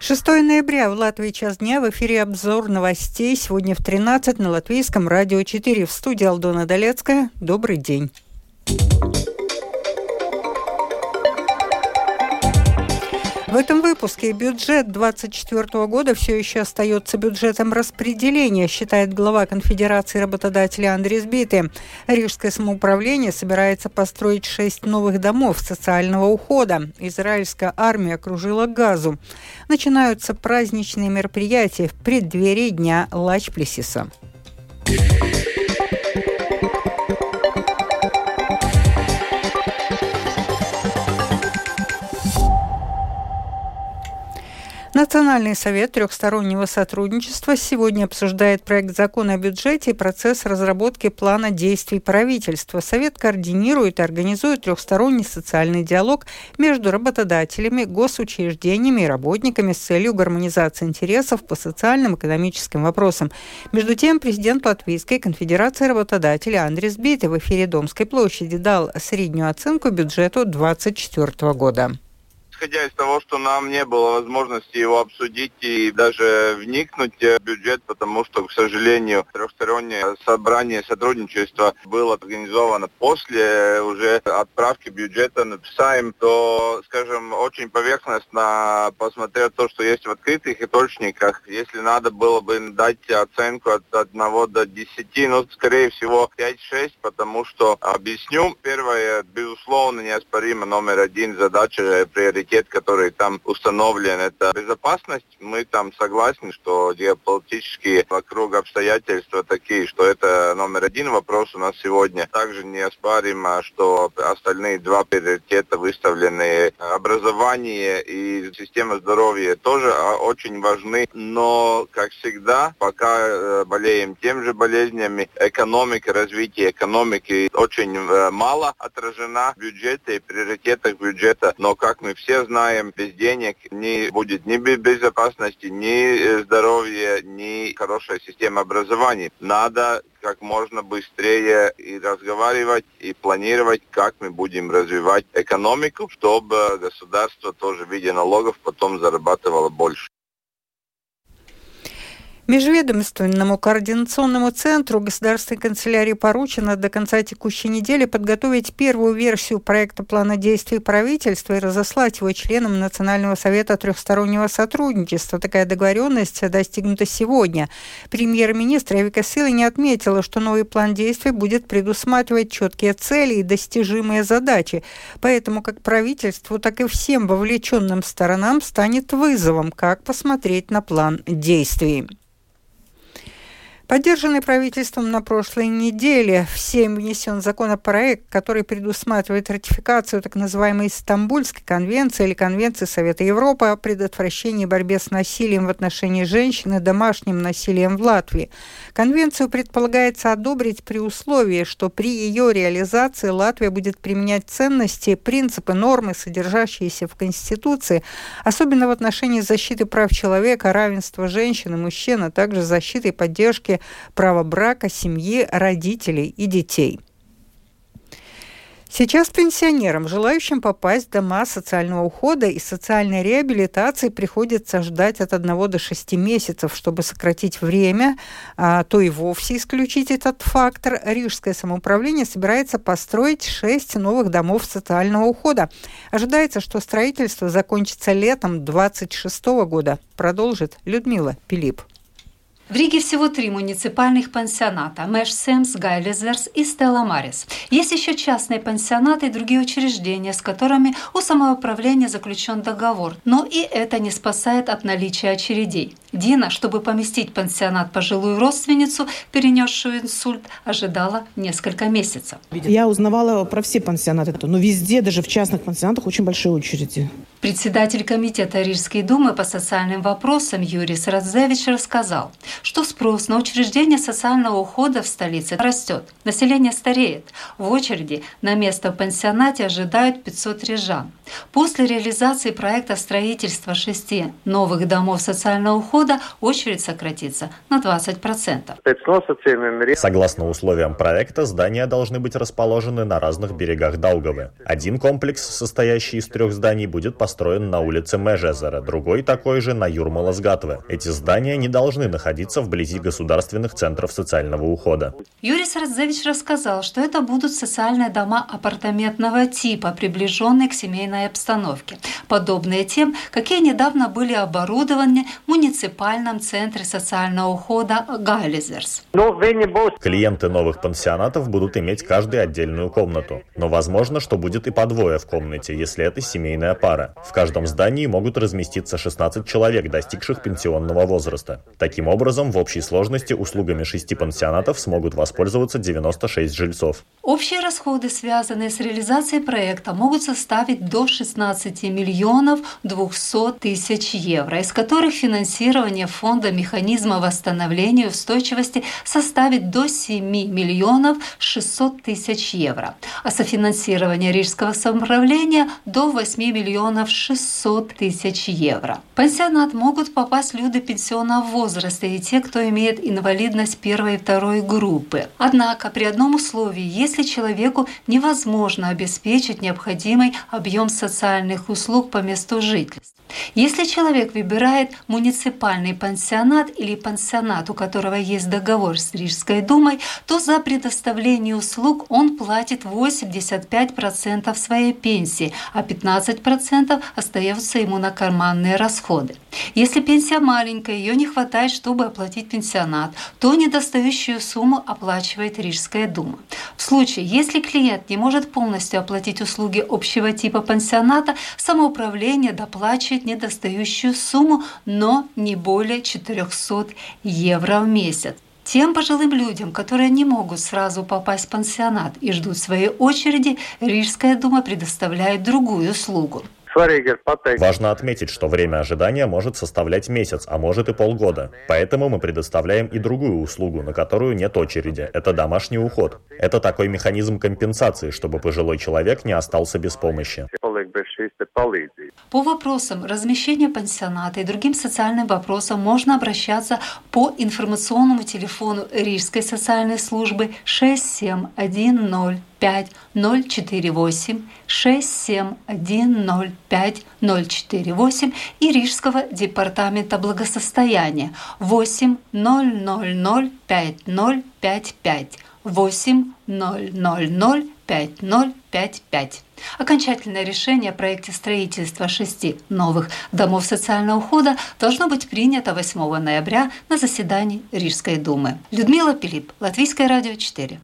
6 ноября в Латвии час дня, в эфире обзор новостей. Сегодня в 13 на Латвийском радио 4. В студии Алдона Долецкая. Добрый день. В этом выпуске бюджет 2024 года все еще остается бюджетом распределения, считает глава Конфедерации работодателей Андрис Бите. Рижское самоуправление собирается построить 6 новых домов социального ухода. Израильская армия окружила Газу. Начинаются праздничные мероприятия в преддверии Дня Лач-Плесиса. Национальный совет трехстороннего сотрудничества сегодня обсуждает проект закона о бюджете и процесс разработки плана действий правительства. Совет координирует и организует трехсторонний социальный диалог между работодателями, госучреждениями и работниками с целью гармонизации интересов по социальным и экономическим вопросам. Между тем, президент Латвийской конфедерации работодателей Андрис Бите в эфире Домской площади дал среднюю оценку бюджету 2024 года. Исходя из того, что нам не было возможности его обсудить и даже вникнуть в бюджет, потому что, к сожалению, трехстороннее собрание сотрудничества было организовано после уже отправки бюджета на ПСАИМ, то, скажем, очень поверхностно посмотрел то, что есть в открытых источниках. Если надо было бы дать оценку от 1 до 10, скорее всего, 5-6, потому что, объясню, первое, безусловно, неоспоримо, номер один задача, приоритет, который там установлен, это безопасность. Мы там согласны, что геополитические вокруг обстоятельства такие, что это номер один вопрос у нас сегодня. Также неоспоримо, что остальные два приоритета выставлены. Образование и система здоровья тоже очень важны, но, как всегда, пока болеем тем же болезнями, экономика, развитие экономики очень мало отражена в бюджете и приоритетах бюджета, но, как мы все знаем, без денег не будет ни безопасности, ни здоровья, ни хорошая система образования. Надо как можно быстрее и разговаривать, и планировать, как мы будем развивать экономику, чтобы государство тоже в виде налогов потом зарабатывало больше. Межведомственному координационному центру Государственной канцелярии поручено до конца текущей недели подготовить первую версию проекта плана действий правительства и разослать его членам Национального совета трехстороннего сотрудничества. Такая договоренность достигнута сегодня. Премьер-министр Эвика Силани отметила, что новый план действий будет предусматривать четкие цели и достижимые задачи. Поэтому как правительству, так и всем вовлеченным сторонам станет вызовом, как посмотреть на план действий. Поддержанный правительством на прошлой неделе в Сейм внесен законопроект, который предусматривает ратификацию так называемой Стамбульской конвенции или Конвенции Совета Европы о предотвращении и борьбе с насилием в отношении женщин и домашним насилием в Латвии. Конвенцию предполагается одобрить при условии, что при ее реализации Латвия будет применять ценности, принципы, нормы, содержащиеся в Конституции, особенно в отношении защиты прав человека, равенства женщин и мужчин, а также защиты и поддержки права брака, семьи, родителей и детей. Сейчас пенсионерам, желающим попасть в дома социального ухода и социальной реабилитации, приходится ждать от 1 до 6 месяцев, чтобы сократить время, а то и вовсе исключить этот фактор. Рижское самоуправление собирается построить 6 новых домов социального ухода. Ожидается, что строительство закончится летом 2026 года. Продолжит Людмила Пилип. В Риге всего 3 муниципальных пансионата – Мэшсемс, Гайлезверс и Стелла Марис. Есть еще частные пансионаты и другие учреждения, с которыми у самоуправления заключен договор. Но и это не спасает от наличия очередей. Дина, чтобы поместить пансионат пожилую родственницу, перенесшую инсульт, ожидала несколько месяцев. Я узнавала про все пансионаты, но везде, даже в частных пансионатах, очень большие очереди. Председатель комитета Рижской думы по социальным вопросам Юрис Радзевич рассказал, что спрос на учреждения социального ухода в столице растет. Население стареет. В очереди на место в пансионате ожидают 500 рижан. После реализации проекта строительства 6 новых домов социального ухода очередь сократится на 20%. Согласно условиям проекта, здания должны быть расположены на разных берегах Даугавы. Один комплекс, состоящий из 3 зданий, будет построен построен на улице Межезера, другой такой же на Юрмала-Сгатве. Эти здания не должны находиться вблизи государственных центров социального ухода. Юрис Радзевич рассказал, что это будут социальные дома апартаментного типа, приближенные к семейной обстановке, подобные тем, какие недавно были оборудованы в муниципальном центре социального ухода Гализерс. Клиенты новых пансионатов будут иметь каждый отдельную комнату, но возможно, что будет и по двое в комнате, если это семейная пара. В каждом здании могут разместиться 16 человек, достигших пенсионного возраста. Таким образом, в общей сложности услугами 6 пансионатов смогут воспользоваться 96 жильцов. Общие расходы, связанные с реализацией проекта, могут составить до 16 миллионов 200 тысяч евро, из которых финансирование фонда механизма восстановления и устойчивости составит до 7 миллионов 600 тысяч евро, а софинансирование Рижского самоуправления до 8 миллионов 600 тысяч евро. В пансионат могут попасть люди пенсионного возраста и те, кто имеет инвалидность первой и второй группы. Однако при одном условии, если человеку невозможно обеспечить необходимый объем социальных услуг по месту жительства. Если человек выбирает муниципальный пансионат или пансионат, у которого есть договор с Рижской думой, то за предоставление услуг он платит 85% своей пенсии, а 15% остается ему на карманные расходы. Если пенсия маленькая, ее не хватает, чтобы оплатить пенсионат, то недостающую сумму оплачивает Рижская дума. В случае, если клиент не может полностью оплатить услуги общего типа пансионата, самоуправление доплачивает недостающую сумму, но не более 400 евро в месяц. Тем пожилым людям, которые не могут сразу попасть в пансионат и ждут своей очереди, Рижская дума предоставляет другую услугу. Важно отметить, что время ожидания может составлять месяц, а может и полгода. Поэтому мы предоставляем и другую услугу, на которую нет очереди. Это домашний уход. Это такой механизм компенсации, чтобы пожилой человек не остался без помощи. По вопросам размещения пансионата и другим социальным вопросам можно обращаться по информационному телефону Рижской социальной службы 67105048, 67105048 и Рижского департамента благосостояния 8005055, 8005055. Окончательное решение о проекте строительства 6 новых домов социального ухода должно быть принято 8 ноября на заседании Рижской думы. Людмила Пилип, Латвийское радио 4.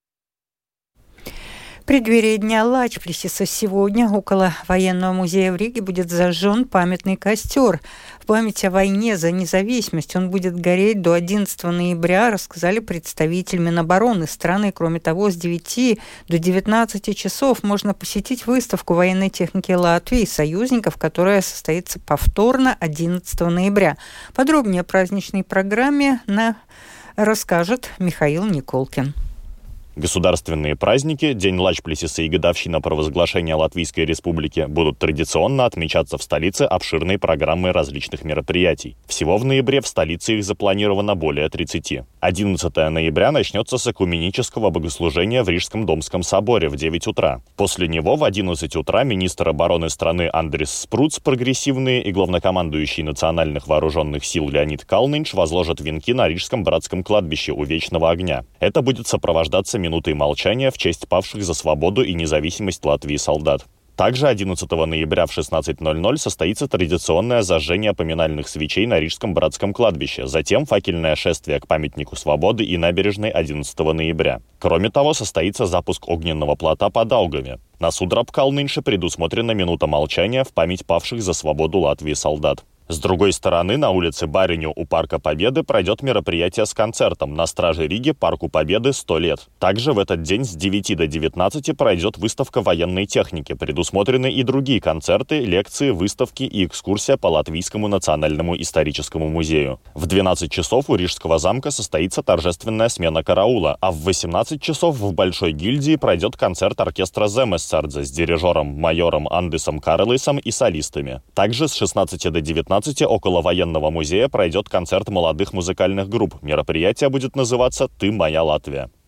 В преддверии Дня Лачплесиса сегодня около военного музея в Риге будет зажжен памятный костер в память о войне за независимость. Он будет гореть до 11 ноября, рассказали представители Минобороны страны. Кроме того, с 9 до 19 часов можно посетить выставку военной техники Латвии и союзников, которая состоится повторно 11 ноября. Подробнее о праздничной программе расскажет Михаил Николкин. Государственные праздники, День Лачплесиса и годовщина провозглашения Латвийской Республики будут традиционно отмечаться в столице обширной программой различных мероприятий. Всего в ноябре в столице их запланировано более 30. 11 ноября начнется с экуменического богослужения в Рижском Домском соборе в 9 утра. После него в 11 утра министр обороны страны Андрис Спруц, прогрессивный и главнокомандующий национальных вооруженных сил Леонид Калнинш возложат венки на Рижском братском кладбище у Вечного огня. Это будет сопровождаться минутой молчания в честь павших за свободу и независимость Латвии солдат. Также 11 ноября в 16:00 состоится традиционное зажжение поминальных свечей на Рижском братском кладбище, затем факельное шествие к памятнику свободы и набережной 11 ноября. Кроме того, состоится запуск огненного плота по Даугаве. На Судраб Калнинше предусмотрена минута молчания в память павших за свободу Латвии солдат. С другой стороны, на улице Бариню у Парка Победы пройдет мероприятие с концертом «На страже Риги. Парку Победы 100 лет». Также в этот день с 9 до 19 пройдет выставка военной техники. Предусмотрены и другие концерты, лекции, выставки и экскурсия по Латвийскому национальному историческому музею. В 12 часов у Рижского замка состоится торжественная смена караула, а в 18 часов в Большой гильдии пройдет концерт оркестра Земесцардзе с дирижером майором Андисом Карлейсом и солистами. Также с 16 до 19 около военного музея пройдет концерт молодых музыкальных групп. Мероприятие будет называться «Ты моя Латвия».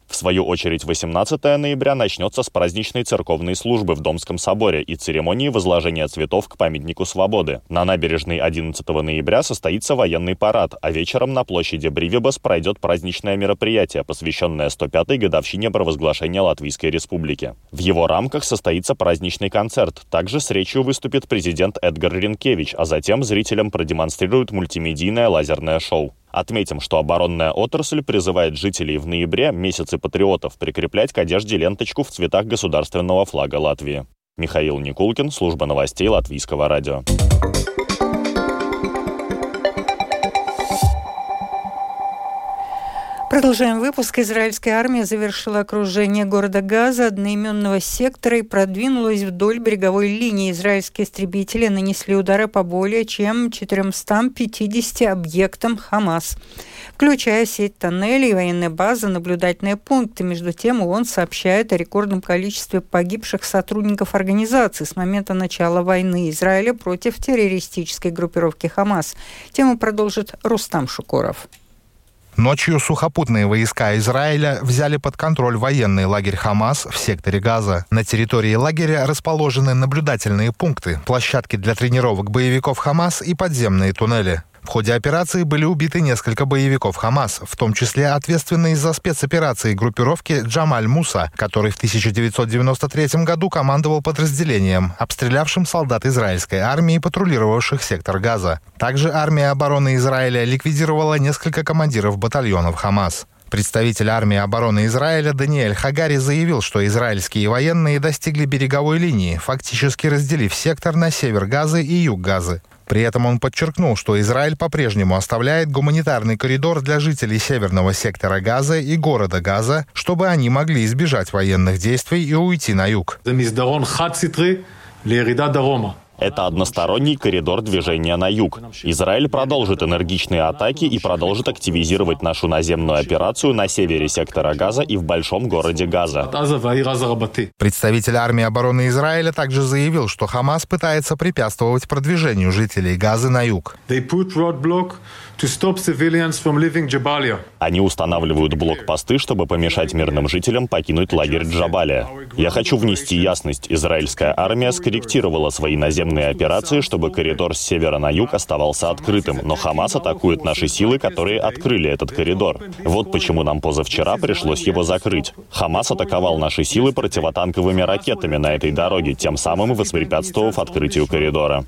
В свою очередь, 18 ноября начнется с праздничной церковной службы в Домском соборе и церемонии возложения цветов к памятнику Свободы. На набережной 11 ноября состоится военный парад, а вечером на площади Бривибас пройдет праздничное мероприятие, посвященное 105-й годовщине провозглашения Латвийской Республики. В его рамках состоится праздничный концерт. Также с речью выступит президент Эдгар Ринкевич, а затем зрителям продемонстрируют мультимедийное лазерное шоу. Отметим, что оборонная отрасль призывает жителей в ноябре, месяце патриотов, прикреплять к одежде ленточку в цветах государственного флага Латвии. Михаил Никулкин, служба новостей Латвийского радио. Продолжаем выпуск. Израильская армия завершила окружение города Газа, одноименного сектора, и продвинулась вдоль береговой линии. Израильские истребители нанесли удары по более чем 450 объектам Хамас, включая сеть тоннелей, военные базы, наблюдательные пункты. Между тем, ООН сообщает о рекордном количестве погибших сотрудников организации с момента начала войны Израиля против террористической группировки Хамас. Тему продолжит Рустам Шукуров. Ночью сухопутные войска Израиля взяли под контроль военный лагерь Хамас в секторе Газа. На территории лагеря расположены наблюдательные пункты, площадки для тренировок боевиков Хамас и подземные туннели. В ходе операции были убиты несколько боевиков Хамас, в том числе ответственный за спецоперации группировки Джамаль Муса, который в 1993 году командовал подразделением, обстрелявшим солдат израильской армии, патрулировавших сектор Газа. Также армия обороны Израиля ликвидировала несколько командиров батальонов Хамас. Представитель армии обороны Израиля Даниэль Хагари заявил, что израильские военные достигли береговой линии, фактически разделив сектор на север Газы и юг Газы. При этом он подчеркнул, что Израиль по-прежнему оставляет гуманитарный коридор для жителей северного сектора Газа и города Газа, чтобы они могли избежать военных действий и уйти на юг. Это односторонний коридор движения на юг. Израиль продолжит энергичные атаки и продолжит активизировать нашу наземную операцию на севере сектора Газа и в большом городе Газа. Представитель армии обороны Израиля также заявил, что Хамас пытается препятствовать продвижению жителей Газы на юг. Они устанавливают блокпосты, чтобы помешать мирным жителям покинуть лагерь Джабалия. Я хочу внести ясность. Израильская армия скорректировала свои наземные операции, чтобы коридор с севера на юг оставался открытым, но Хамас атакует наши силы, которые открыли этот коридор. Вот почему нам позавчера пришлось его закрыть. Хамас атаковал наши силы противотанковыми ракетами на этой дороге, тем самым воспрепятствовав открытию коридора.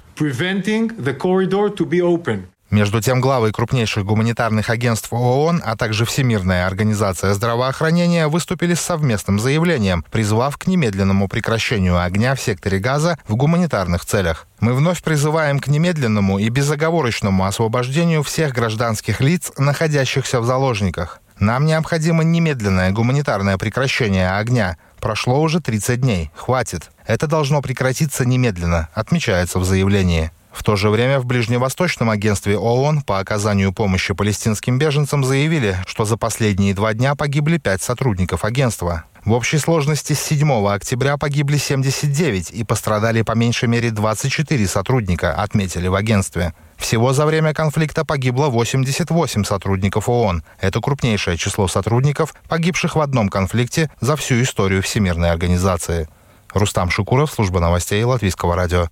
Между тем, главы крупнейших гуманитарных агентств ООН, а также Всемирная организация здравоохранения выступили с совместным заявлением, призвав к немедленному прекращению огня в секторе Газа в гуманитарных целях. Мы вновь призываем к немедленному и безоговорочному освобождению всех гражданских лиц, находящихся в заложниках. Нам необходимо немедленное гуманитарное прекращение огня. Прошло уже 30 дней. Хватит. Это должно прекратиться немедленно, отмечается в заявлении. В то же время в Ближневосточном агентстве ООН по оказанию помощи палестинским беженцам заявили, что за последние 2 дня погибли 5 сотрудников агентства. В общей сложности с 7 октября погибли 79 и пострадали по меньшей мере 24 сотрудника, отметили в агентстве. Всего за время конфликта погибло 88 сотрудников ООН. Это крупнейшее число сотрудников, погибших в одном конфликте за всю историю Всемирной организации. Рустам Шукуров, служба новостей Латвийского радио.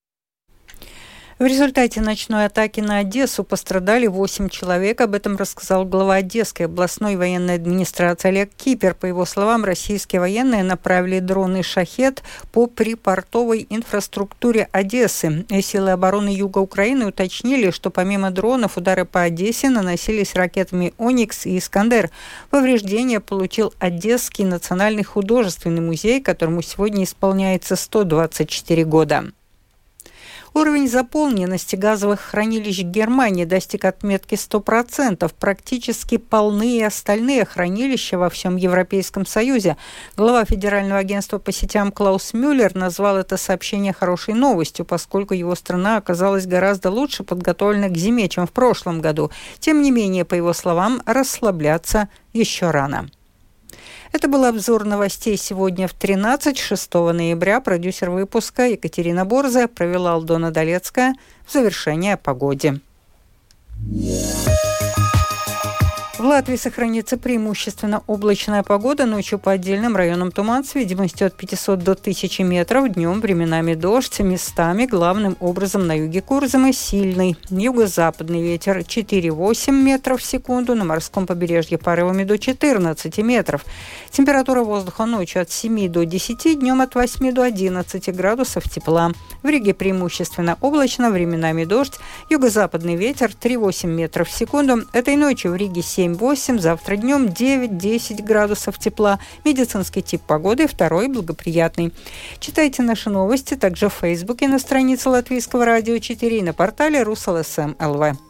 В результате ночной атаки на Одессу пострадали 8 человек. Об этом рассказал глава Одесской областной военной администрации Олег Кипер. По его словам, российские военные направили дроны «Шахед» по припортовой инфраструктуре Одессы. Силы обороны Юга Украины уточнили, что помимо дронов удары по Одессе наносились ракетами «Оникс» и «Искандер». Повреждения получил Одесский национальный художественный музей, которому сегодня исполняется 124 года. Уровень заполненности газовых хранилищ Германии достиг отметки 100%. Практически полны и остальные хранилища во всем Европейском Союзе. Глава Федерального агентства по сетям Клаус Мюллер назвал это сообщение хорошей новостью, поскольку его страна оказалась гораздо лучше подготовлена к зиме, чем в прошлом году. Тем не менее, по его словам, расслабляться еще рано. Это был обзор новостей сегодня в 13, 6 ноября. Продюсер выпуска Екатерина Борзая, провела Алдона Долецкая. В завершение о погоде. В Латвии сохранится преимущественно облачная погода, ночью по отдельным районам туман с видимостью от 500 до 1000 метров, днем временами дождь, местами, главным образом на юге Курзамы, сильный. Юго-западный ветер 4-8 метров в секунду, на морском побережье порывами до 14 метров. Температура воздуха ночью от 7 до 10, днем от 8 до 11 градусов тепла. В Риге преимущественно облачно, временами дождь, юго-западный ветер 3-8 метров в секунду. Этой ночью в Риге 7-8, завтра днем 9-10 градусов тепла. Медицинский тип погоды второй, благоприятный. Читайте наши новости также в Фейсбуке на странице Латвийского радио 4 и на портале RusLSM.lv.